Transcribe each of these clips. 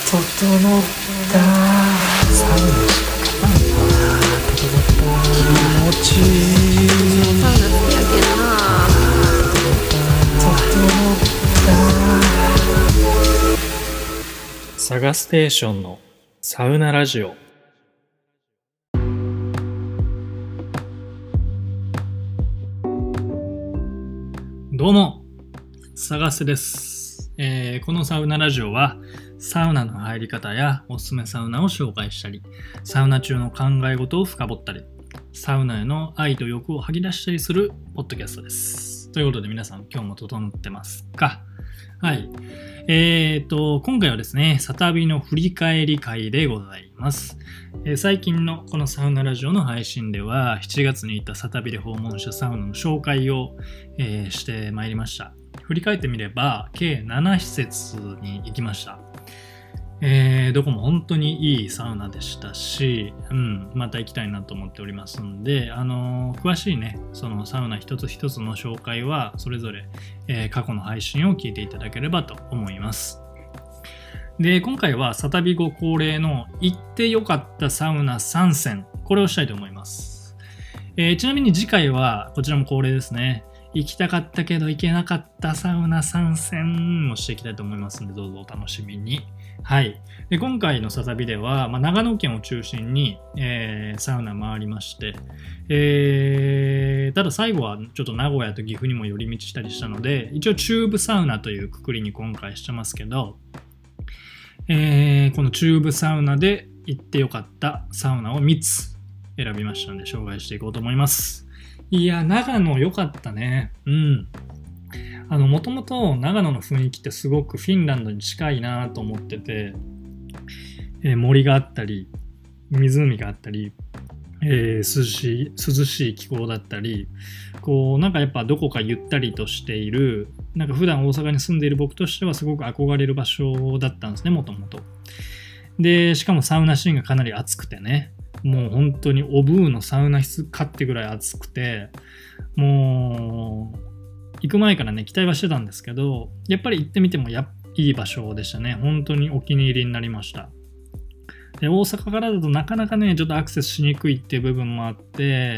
整ったサウナした整った気持ちいいサウナ好きやけんな。 サガステーションのサウナラジオ。どうもサガスです。このサウナラジオはサウナの入り方やおすすめサウナを紹介したり、サウナ中の考え事を深掘ったり、サウナへの愛と欲を吐き出したりするポッドキャストです。ということで皆さん今日も整ってますか？はい。今回はですね、サタビの振り返り会でございます。最近のこのサウナラジオの配信では、7月に行ったサタビで訪問したサウナの紹介を、してまいりました。振り返ってみれば、計7施設に行きました。どこも本当にいいサウナでしたし、また行きたいなと思っておりますので、詳しいね、そのサウナ一つ一つの紹介は、それぞれ、過去の配信を聞いていただければと思います。で、今回はサタビ後恒例の行ってよかったサウナ3選、これをしたいと思います。ちなみに次回は、こちらも恒例ですね。行きたかったけど行けなかったサウナ参戦をしていきたいと思いますので、どうぞお楽しみに。はい。で、今回のサタビでは、長野県を中心に、サウナ回りまして、ただ最後はちょっと名古屋と岐阜にも寄り道したりしたので、一応チューブサウナというくくりに今回してますけど、このチューブサウナで行ってよかったサウナを3つ選びましたので紹介していこうと思います。いや、長野良かったね。もともと長野の雰囲気ってすごくフィンランドに近いなと思ってて、森があったり、湖があったり、涼しい気候だったり、こうなんかやっぱどこかゆったりとしている、なんか普段大阪に住んでいる僕としてはすごく憧れる場所だったんですね、もともと。で、しかもサウナシーンがかなり熱くてね、もう本当にオブーのサウナ室かってぐらい暑くて、もう行く前からね期待はしてたんですけど、やっぱり行ってみてもいい場所でしたね。本当にお気に入りになりました。で、大阪からだとなかなかねちょっとアクセスしにくいっていう部分もあって、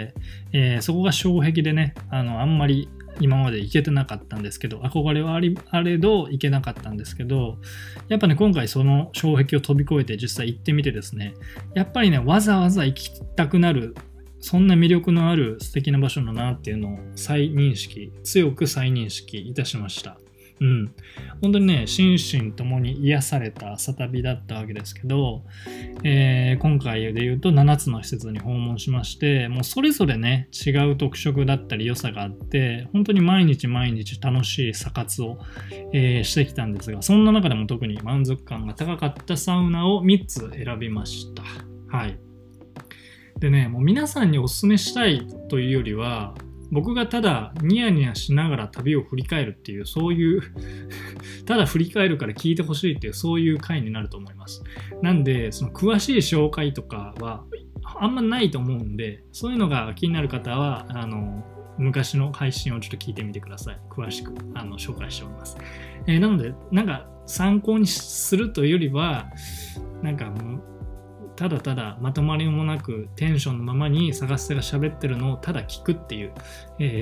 そこが障壁でねあんまり今まで行けてなかったんですけど、憧れはあれど行けなかったんですけど、やっぱね今回その障壁を飛び越えて実際行ってみてですね、やっぱりねわざわざ行きたくなる、そんな魅力のある素敵な場所だなっていうのを強く再認識いたしました。本当にね心身ともに癒されたサタビだったわけですけど、今回で言うと7つの施設に訪問しまして、もうそれぞれね違う特色だったり良さがあって、本当に毎日楽しいサ活を、してきたんですが、そんな中でも特に満足感が高かったサウナを3つ選びました。はい。でね、もう皆さんにお勧めしたいというよりは、僕がただニヤニヤしながら旅を振り返るっていう、そういうただ振り返るから聞いてほしいっていう、そういう回になると思います。なんでその詳しい紹介とかはあんまないと思うんで、そういうのが気になる方は昔の配信をちょっと聞いてみてください。詳しく紹介しております。なのでなんか参考にするというよりは、なんかもうただただまとまりもなくテンションのままに探すが喋ってるのをただ聞くっていう、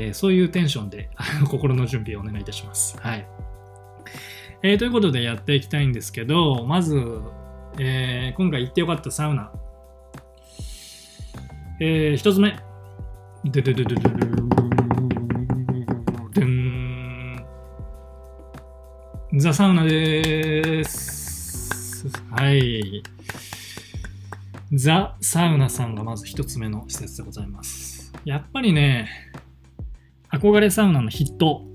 そういうテンションで心の準備をお願いいたします。はい。ということでやっていきたいんですけど、まず、今回行ってよかったサウナ。一つ目。ザサウナです。はい。ザ・サウナさんがまず一つ目の施設でございます。やっぱりね、憧れサウナの筆頭。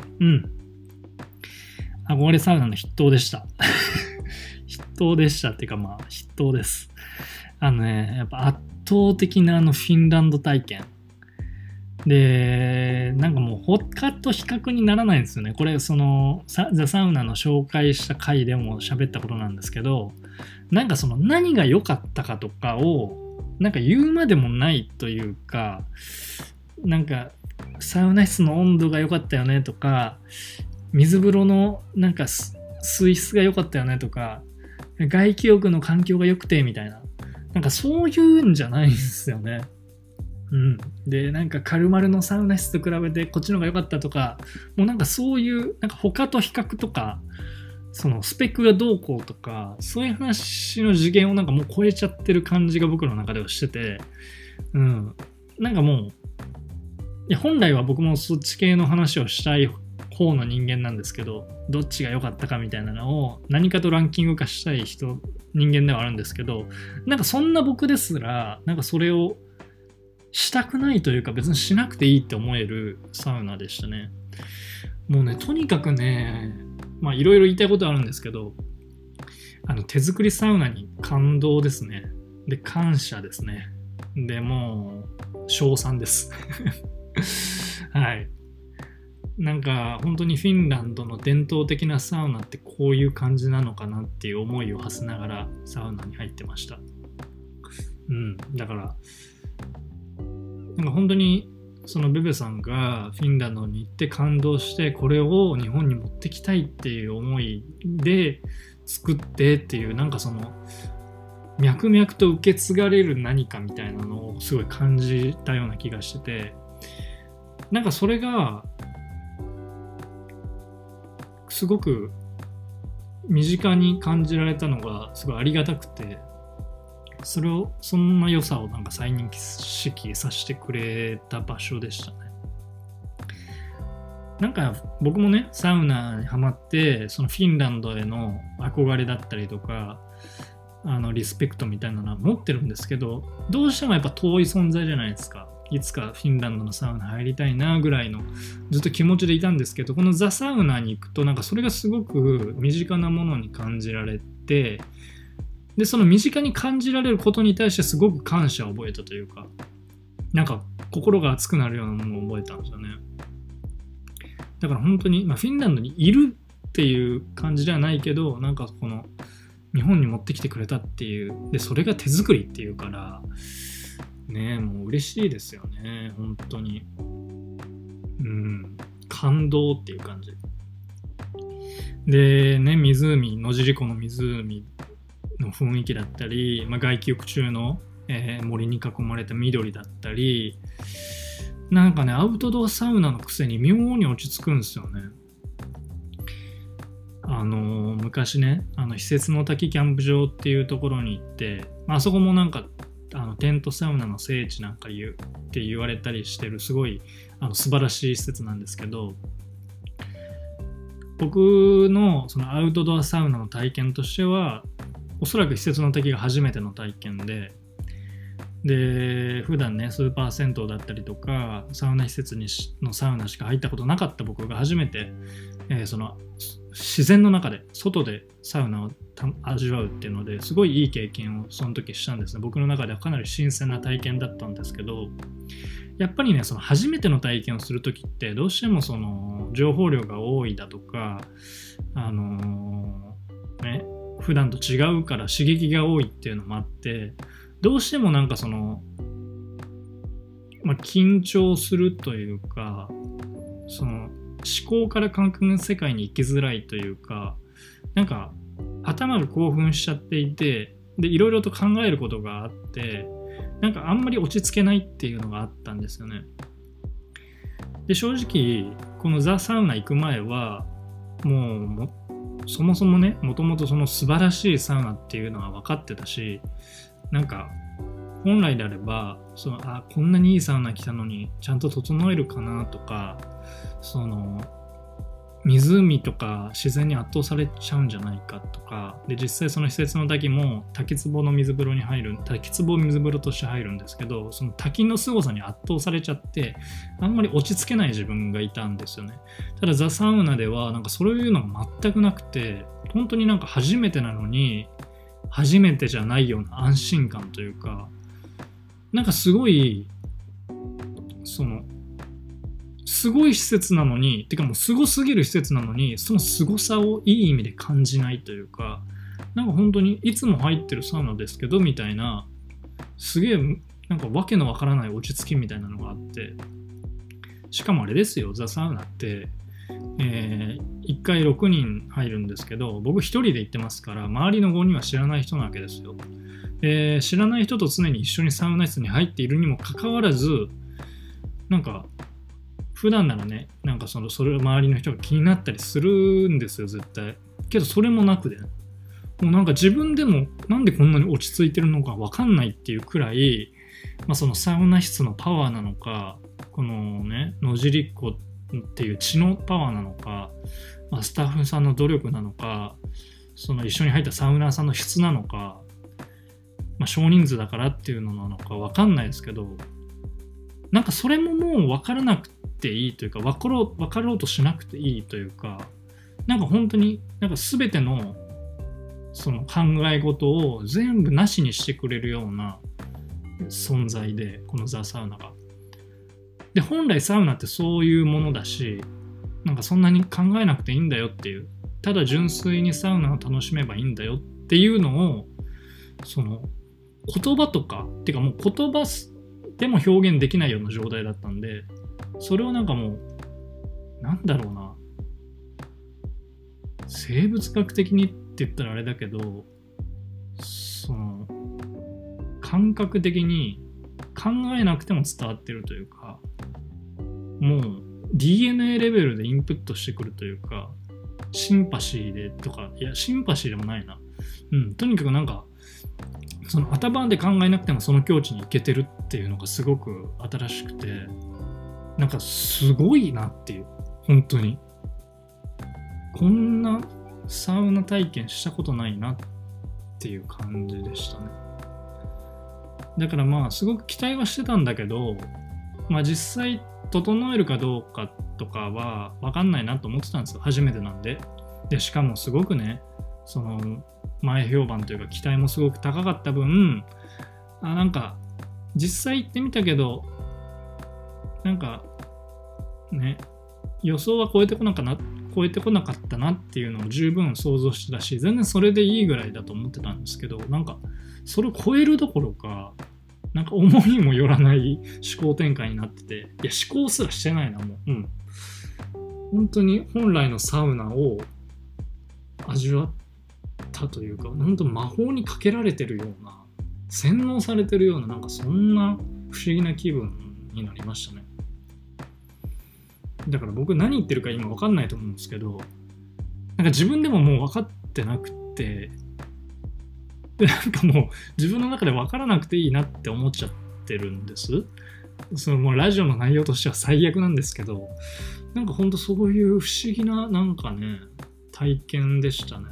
憧れサウナの筆頭でした。筆頭でしたっていうか筆頭です。やっぱ圧倒的なフィンランド体験。で、なんかもう他と比較にならないんですよね。これザ・サウナの紹介した回でも喋ったことなんですけど、なんかその何が良かったかとかをなんか言うまでもないというか、なんかサウナ室の温度が良かったよねとか、水風呂のなんか水質が良かったよねとか、 外気浴の環境が良くてみたいな、なんかそういうんじゃないんですよね。うん、でなんかカルマルのサウナ室と比べてこっちの方が良かったとか、もうなんかそういうなんか他と比較とか、そのスペックがどうこうとか、そういう話の次元をなんかもう超えちゃってる感じが僕の中ではしてて、なんかもう、いや本来は僕もそっち系の話をしたい方の人間なんですけど、どっちが良かったかみたいなのを何かとランキング化したい人間ではあるんですけど、なんかそんな僕ですらなんかそれをしたくないというか、別にしなくていいって思えるサウナでしたね。もうね、とにかくね、まあいろいろ言いたいことあるんですけど、手作りサウナに感動ですね。で、感謝ですね。で、もう称賛ですはい。なんか本当にフィンランドの伝統的なサウナってこういう感じなのかなっていう思いを馳せながらサウナに入ってました。だからなんか本当にそのベベさんがフィンランドに行って感動して、これを日本に持ってきたいっていう思いで作ってっていう、なんかその脈々と受け継がれる何かみたいなのをすごい感じたような気がしてて、なんかそれがすごく身近に感じられたのがすごいありがたくて、そんな良さをなんか再認識させてくれた場所でしたね。なんか僕もね、サウナにハマって、そのフィンランドへの憧れだったりとか、リスペクトみたいなのは持ってるんですけど、どうしてもやっぱ遠い存在じゃないですか。いつかフィンランドのサウナ入りたいなぐらいのずっと気持ちでいたんですけど、このザ・サウナに行くとなんかそれがすごく身近なものに感じられて、でその身近に感じられることに対してすごく感謝を覚えたというか、なんか心が熱くなるようなものを覚えたんですよね。だから本当に、フィンランドにいるっていう感じではないけど、なんかこの日本に持ってきてくれたっていう、でそれが手作りっていうからね、もう嬉しいですよね、本当に。感動っていう感じでね、湖、野尻湖の湖の雰囲気だったり、外気浴中の、森に囲まれた緑だったり、なんかね、アウトドアサウナのくせに妙に落ち着くんですよね。昔ね、施設の滝キャンプ場っていうところに行って、あそこもなんかテントサウナの聖地なんかって言われたりしてる、すごい素晴らしい施設なんですけど、僕のそのアウトドアサウナの体験としては、おそらく施設の滝が初めての体験で、普段ねスーパー銭湯だったりとかサウナ施設のサウナしか入ったことなかった僕が初めて、その自然の中で外でサウナを味わうっていうのですごいいい経験をその時したんですね。僕の中ではかなり新鮮な体験だったんですけど、やっぱりね、その初めての体験をする時ってどうしてもその情報量が多いだとか、普段と違うから刺激が多いっていうのもあって、どうしてもなんかその、緊張するというか、その思考から感覚の世界に行きづらいというか、なんか頭が興奮しちゃっていて、でいろいろと考えることがあって、なんかあんまり落ち着けないっていうのがあったんですよね。で正直このザ・サウナ行く前はもうそもそもね、もともとその素晴らしいサウナっていうのは分かってたし、なんか本来であればこんなにいいサウナ来たのにちゃんと整えるかなとか、その湖とか自然に圧倒されちゃうんじゃないかとかで、実際その施設の滝も滝壺水風呂として入るんですけど、その滝の凄さに圧倒されちゃってあんまり落ち着けない自分がいたんですよね。ただザ・サウナではなんかそういうのが全くなくて、本当になんか初めてなのに初めてじゃないような安心感というか、なんかすごいすごい施設なのに、てかもうすごすぎる施設なのに、そのすごさをいい意味で感じないというか、なんか本当にいつも入ってるサウナですけどみたいな、すげえなんかわけのわからない落ち着きみたいなのがあって、しかもあれですよ、ザ・サウナって、1 1回6人入るんですけど、僕1人で行ってますから、周りの5人は知らない人なわけですよ。知らない人と常に一緒にサウナ室に入っているにもかかわらず、なんか普段ならね、なんかそれ周りの人が気になったりするんですよ、絶対。けどそれもなくで、もうなんか自分でもなんでこんなに落ち着いてるのか分かんないっていうくらい、そのサウナ室のパワーなのか、このね、野尻っ子っていう血のパワーなのか、スタッフさんの努力なのか、その一緒に入ったサウナーさんの質なのか、少人数だからっていうのなのか分かんないですけど、なんかそれももう分からなくていいというか、分かろうとしなくていいというか、なんか本当になんか全てのその考え事を全部なしにしてくれるような存在で、このザ・サウナが。で、本来サウナってそういうものだし、なんかそんなに考えなくていいんだよっていう、ただ純粋にサウナを楽しめばいいんだよっていうのを、その言葉とかっていうかもう言葉でも表現できないような状態だったんで、それをなんかもうなんだろうな、生物学的にって言ったらあれだけど、その感覚的に考えなくても伝わってるというか、もう DNA レベルでインプットしてくるというか、シンパシーでとか、いやシンパシーでもないな、とにかくなんかその頭で考えなくてもその境地に行けてるっていうのがすごく新しくて、なんかすごいなっていう、本当にこんなサウナ体験したことないなっていう感じでしたね。だからすごく期待はしてたんだけど、実際整えるかどうかとかは分かんないなと思ってたんですよ、初めてなんで。でしかもすごくね、その前評判というか期待もすごく高かった分、なんか実際行ってみたけど、なんかね、予想は超えてこなかったなっていうのを十分想像してたし、全然それでいいぐらいだと思ってたんですけど、なんかそれを超えるどころか、なんか思いもよらない思考展開になってて、いや思考すらしてないな、もう。本当に本来のサウナを味わったというか、本当魔法にかけられてるような、洗脳されてるような、なんかそんな不思議な気分になりましたね。だから僕何言ってるか今分かんないと思うんですけど、なんか自分でももう分かってなくて、でなんかもう自分の中で分からなくていいなって思っちゃってるんです。そのもうラジオの内容としては最悪なんですけど、なんかほんとそういう不思議ななんかね、体験でしたね。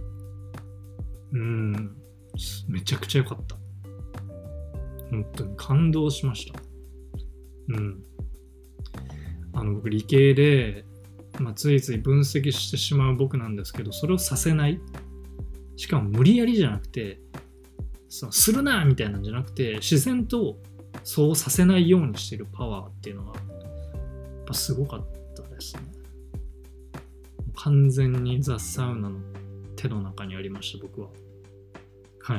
めちゃくちゃ良かった。本当に感動しました。僕理系で、ついつい分析してしまう僕なんですけど、それをさせない。しかも無理やりじゃなくて、するなみたいなんじゃなくて、自然とそうさせないようにしてるパワーっていうのがやっぱすごかったですね。完全にザ・サウナの手の中にありました、僕は。はい。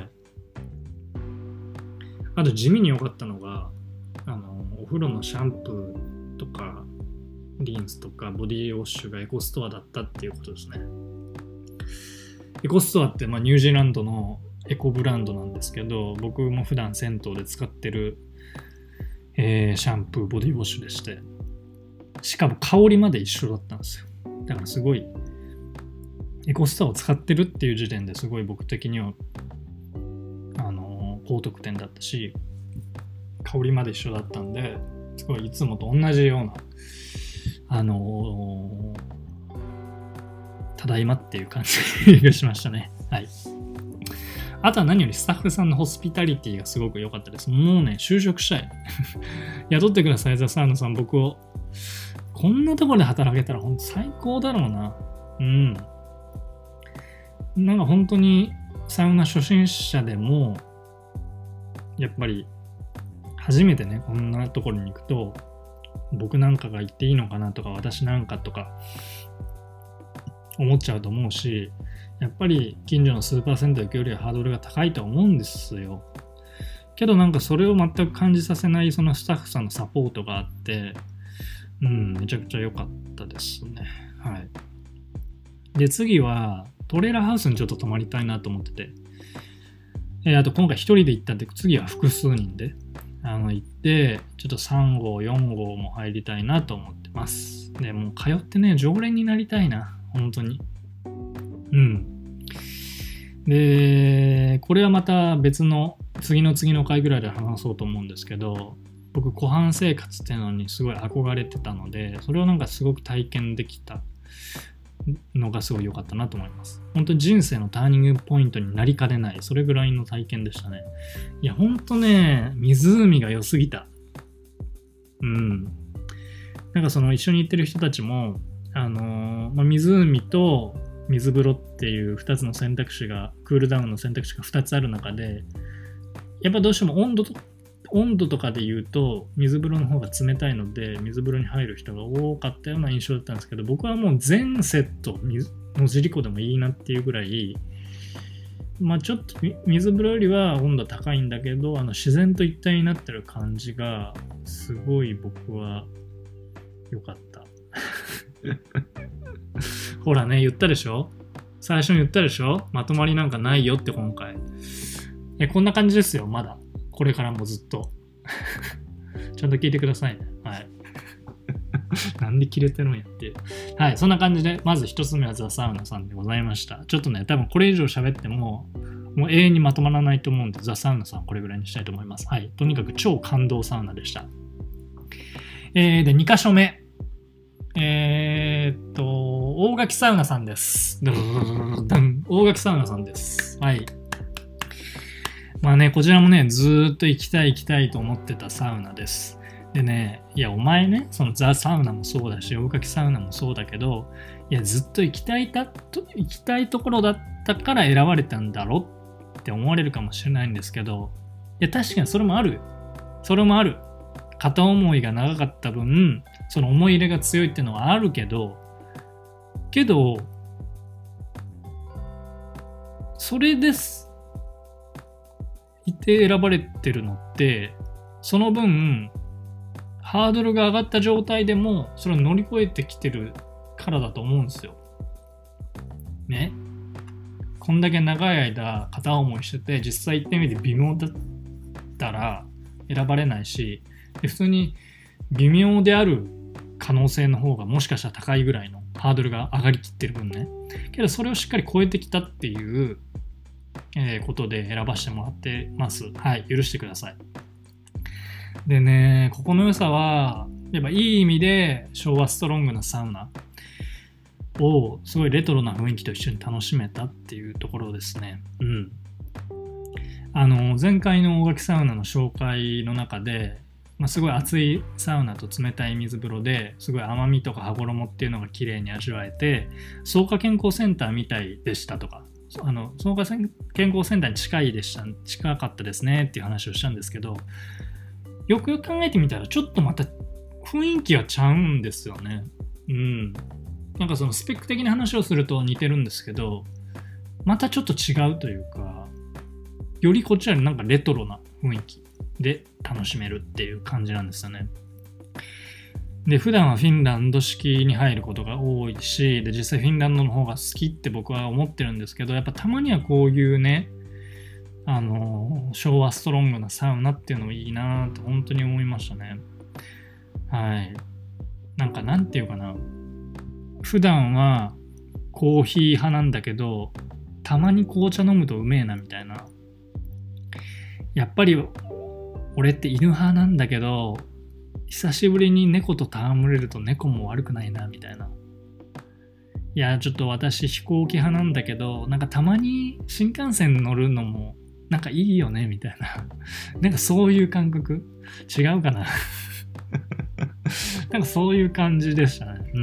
あと地味に良かったのが、お風呂のシャンプーとかリンスとかボディウォッシュがエコストアだったっていうことですね。エコストアってニュージーランドのエコブランドなんですけど、僕も普段銭湯で使ってる、シャンプーボディウォッシュでして、しかも香りまで一緒だったんですよ。だからすごいエコストアを使ってるっていう時点ですごい僕的には高得点だったし、香りまで一緒だったんで、すごいいつもと同じようなただいまっていう感じがしましたね。はい。あとは何よりスタッフさんのホスピタリティがすごく良かったです。もうね、就職したい。雇ってください、ザ・サウナさん、僕を。こんなところで働けたら本当最高だろうな。なんか本当にサウナ初心者でも、やっぱり初めてね、こんなところに行くと、僕なんかが行っていいのかなとか、私なんかとか思っちゃうと思うし、やっぱり近所のスーパー銭湯行くよりはハードルが高いと思うんですよ。けどなんかそれを全く感じさせないそのスタッフさんのサポートがあって、めちゃくちゃ良かったですね。はい。 で、次はトレーラーハウスにちょっと泊まりたいなと思ってて、あと今回一人で行ったんで、次は複数人で行って、ちょっと3号、4号も入りたいなと思ってます。で、もう通ってね、常連になりたいな、本当に。うん。で、これはまた別の次の回ぐらいで話そうと思うんですけど、僕、湖畔生活っていうのにすごい憧れてたので、それをなんかすごく体験できたのがすごい良かったなと思います。本当に人生のターニングポイントになりかねない、それぐらいの体験でしたね。いや、本当ね、湖が良すぎた。うん。なんかその一緒に行ってる人たちも、湖と水風呂っていう2つの選択肢が、クールダウンの選択肢が2つある中で、やっぱどうしても温度とかで言うと水風呂の方が冷たいので水風呂に入る人が多かったような印象だったんですけど、僕はもう全セット野尻湖でもいいなっていうぐらい、まあちょっと水風呂よりは温度高いんだけど、自然と一体になってる感じがすごい僕は良かったほらね、言ったでしょ、最初に言ったでしょ、まとまりなんかないよって。今回こんな感じですよ。まだこれからもずっとちゃんと聞いてくださいね。はいなんで切れてるんやっていう。はい、そんな感じでまず一つ目はザ・サウナさんでございました。ちょっとね、多分これ以上喋ってもう永遠にまとまらないと思うんで、ザ・サウナさんこれぐらいにしたいと思います。はい、とにかく超感動サウナでした。で、2箇所目、大垣サウナさんです。大垣サウナさんです。はい。まあね、こちらもね、ずーっと行きたいと思ってたサウナです。でね、いや、お前ね、そのザ・サウナもそうだし、大垣サウナもそうだけど、いや、ずっと行きたいところだったから選ばれたんだろって思われるかもしれないんですけど、いや、確かにそれもある。片思いが長かった分、その思い入れが強いっていうのはあるけど、それです。いて選ばれてるのって、その分ハードルが上がった状態でもそれを乗り越えてきてるからだと思うんですよね。こんだけ長い間片思いしてて、実際行ってみて微妙だったら選ばれないし、普通に微妙である可能性の方がもしかしたら高いぐらいのハードルが上がりきってる分ね。けどそれをしっかり超えてきたっていうことで選ばせてもらってます。はい、許してください。でね、ここの良さはやっぱいい意味で昭和ストロングなサウナをすごいレトロな雰囲気と一緒に楽しめたっていうところですね。うん。前回の大垣サウナの紹介の中で、すごい熱いサウナと冷たい水風呂ですごい甘みとか羽衣っていうのが綺麗に味わえて、草加健康センターみたいでしたとか、草加健康センターに近かったですねっていう話をしたんですけど、よくよく考えてみたらちょっとまた雰囲気はちゃうんですよね。うん。なんかそのスペック的な話をすると似てるんですけど、またちょっと違うというか、よりこちらになんかレトロな雰囲気で楽しめるっていう感じなんですよね。で、普段はフィンランド式に入ることが多いし、で、実際フィンランドの方が好きって僕は思ってるんですけど、やっぱたまにはこういうね、昭和ストロングなサウナっていうのもいいなって本当に思いましたね。はい。なんていうかな。普段はコーヒー派なんだけど、たまに紅茶飲むとうめえなみたいな。やっぱり俺って犬派なんだけど、久しぶりに猫と戯れると猫も悪くないなみたいな。いや、ちょっと私飛行機派なんだけど、たまに新幹線乗るのもいいよねみたいな。そういう感覚違うかなそういう感じでしたね。うん。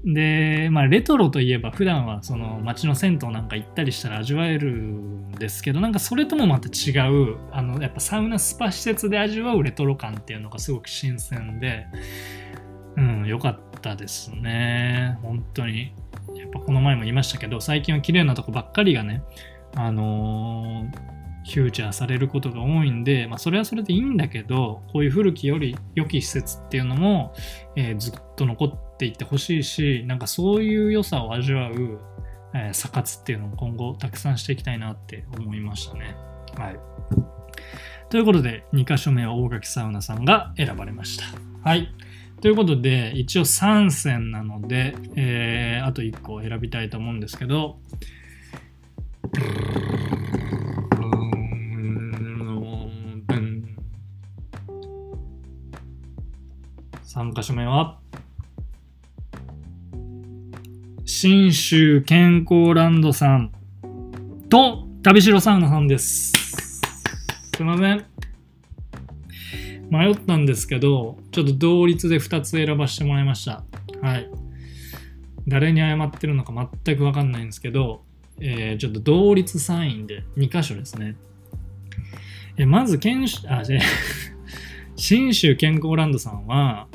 で、レトロといえば普段はその街の銭湯なんか行ったりしたら味わえるんですけど、それともまた違う、やっぱサウナスパ施設で味わうレトロ感っていうのがすごく新鮮で、良かったですね。本当に。やっぱこの前も言いましたけど、最近は綺麗なとこばっかりがね、 フューチャーされることが多いんで、それはそれでいいんだけど、こういう古きより良き施設っていうのも、ずっと残っていってほしいし、なんかそういう良さを味わう、サ活っていうのを今後たくさんしていきたいなって思いましたね。はい。ということで、2カ所目は大垣サウナさんが選ばれました。はい。ということで、一応3選なので、あと1個選びたいと思うんですけど、3カ所目は信州健康ランドさんと旅城サウナさんです。すいません、迷ったんですけど、ちょっと同率で2つ選ばせてもらいました。はい。誰に謝ってるのか全く分かんないんですけど、ちょっと同率3位で2カ所ですね。まず信州健康ランドさんは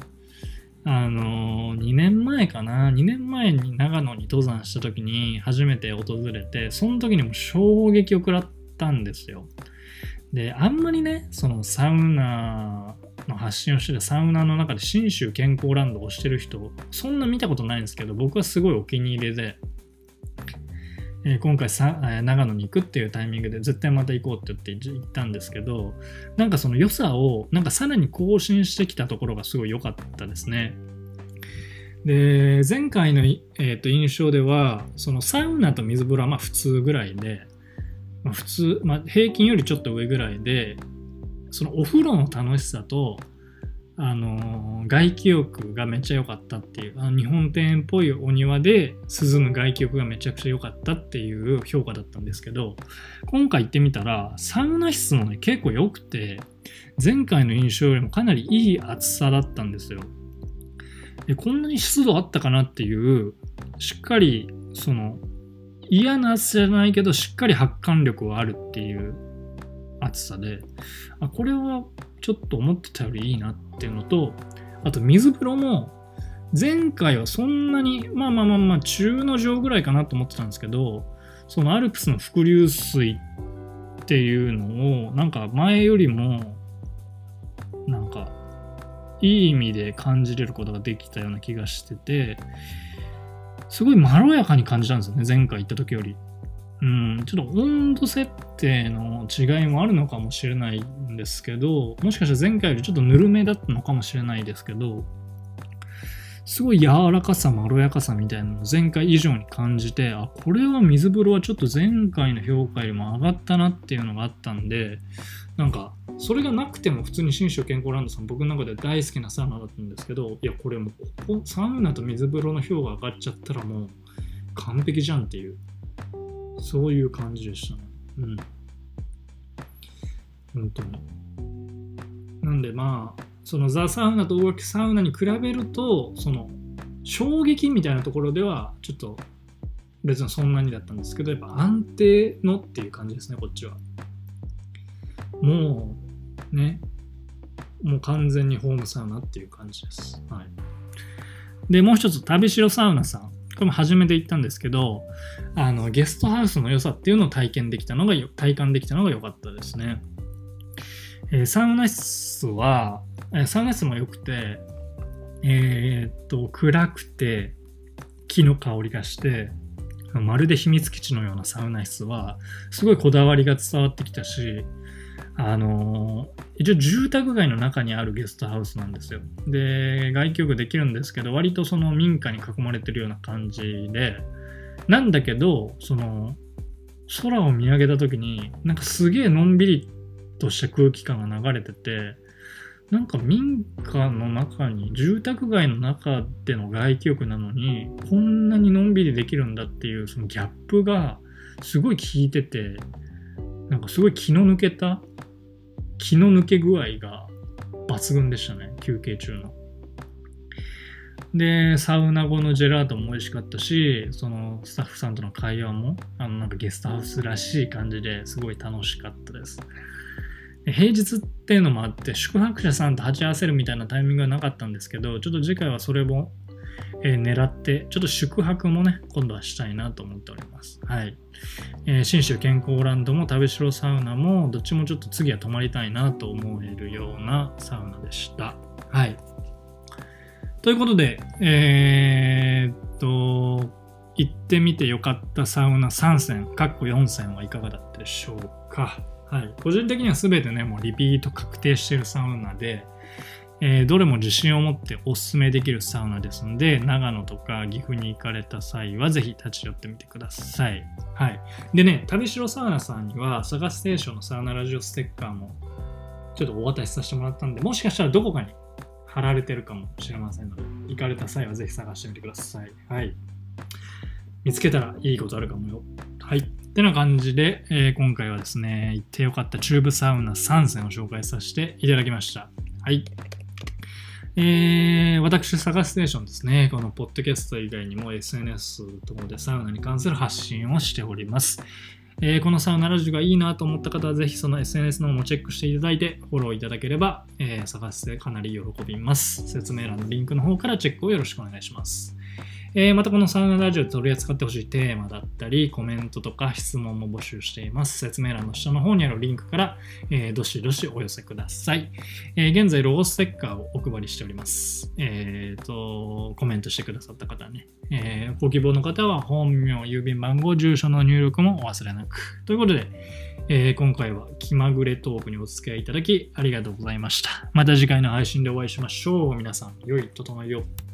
2年前かな、2年前に長野に登山した時に初めて訪れて、その時にも衝撃を食らったんですよ。で、あんまりね、そのサウナの発信をしてるサウナの中で信州健康ランドをしてる人、そんな見たことないんですけど、僕はすごいお気に入りで、今回長野に行くっていうタイミングで絶対また行こうって言って行ったんですけど、なんかその良さをなんかさらに更新してきたところがすごい良かったですね。で、前回の、印象ではそのサウナと水風呂は普通ぐらいで、普通、平均よりちょっと上ぐらいで、そのお風呂の楽しさと外気浴がめっちゃ良かったっていう、日本庭園っぽいお庭で涼む外気浴がめちゃくちゃ良かったっていう評価だったんですけど、今回行ってみたらサウナ室もね結構良くて、前回の印象よりもかなりいい暑さだったんですよ。で、こんなに湿度あったかなっていう、しっかりその嫌な暑さじゃないけどしっかり発汗力はあるっていう暑さで、これはちょっと思ってたよりいいなっていうのと、あと水風呂も前回はそんなに中の上ぐらいかなと思ってたんですけど、そのアルプスの伏流水っていうのをなんか前よりもなんかいい意味で感じれることができたような気がしてて、すごいまろやかに感じたんですよね、前回行った時より。ちょっと温度設定の違いもあるのかもしれないんですけど、もしかしたら前回よりちょっとぬるめだったのかもしれないですけど、すごい柔らかさまろやかさみたいなのを前回以上に感じて、これは水風呂はちょっと前回の評価よりも上がったなっていうのがあったんで、なんかそれがなくても普通に信州健康ランドさん僕の中で大好きなサウナだったんですけど、いやこれもうここサウナと水風呂の評価上がっちゃったらもう完璧じゃんっていう、そういう感じでしたね。本当に。なんでそのザ・サウナと大垣サウナに比べると、その衝撃みたいなところではちょっと別にそんなにだったんですけど、やっぱ安定のっていう感じですね、こっちは。もう完全にホームサウナっていう感じです。はい。で、もう一つ、旅城サウナさん。これも初めて行ったんですけど、ゲストハウスの良さっていうのを体感できたのが良かったですね。サウナ室も良くて、暗くて木の香りがして、まるで秘密基地のようなサウナ室はすごいこだわりが伝わってきたし、一応住宅街の中にあるゲストハウスなんですよ。で、外気浴できるんですけど、割とその民家に囲まれてるような感じで、なんだけど、その空を見上げた時になんかすげえのんびりとした空気感が流れてて、なんか民家の中に、住宅街の中での外気浴なのにこんなにのんびりできるんだっていうそのギャップがすごい効いてて、なんかすごい気の抜け具合が抜群でしたね、休憩中の。で、サウナ後のジェラートも美味しかったし、そのスタッフさんとの会話もなんかゲストハウスらしい感じですごい楽しかったです。平日っていうのもあって宿泊者さんと鉢合わせるみたいなタイミングはなかったんですけど、ちょっと次回はそれも狙って、ちょっと宿泊もね、今度はしたいなと思っております。はい。信州健康ランドも旅城サウナも、どっちもちょっと次は泊まりたいなと思えるようなサウナでした。はい。ということで、行ってみてよかったサウナ3選、4選はいかがだったでしょうか。はい。個人的には全てね、もうリピート確定しているサウナで、どれも自信を持っておすすめできるサウナですので、長野とか岐阜に行かれた際はぜひ立ち寄ってみてください。はい。でね、旅城サウナさんには、サガステーションのサウナラジオステッカーもちょっとお渡しさせてもらったんで、もしかしたらどこかに貼られてるかもしれませんので、行かれた際はぜひ探してみてください。はい。見つけたらいいことあるかもよ。はい。ってな感じで、今回はですね、行ってよかったチューブサウナ3選を紹介させていただきました。はい。私、サガステーションですね。このポッドキャスト以外にも SNS 等でサウナに関する発信をしております。このサウナラジオがいいなと思った方はぜひその SNS の方もチェックしていただいてフォローいただければ、探してかなり喜びます。説明欄のリンクの方からチェックをよろしくお願いします。またこのサウナラジオで取り扱ってほしいテーマだったりコメントとか質問も募集しています。説明欄の下の方にあるリンクから、どしどしお寄せください。現在ロゴステッカーをお配りしております。コメントしてくださった方ね、ご希望の方は本名、郵便番号、住所の入力もお忘れなく。ということで、今回は気まぐれトークにお付き合いいただきありがとうございました。また次回の配信でお会いしましょう。皆さん良い整いを。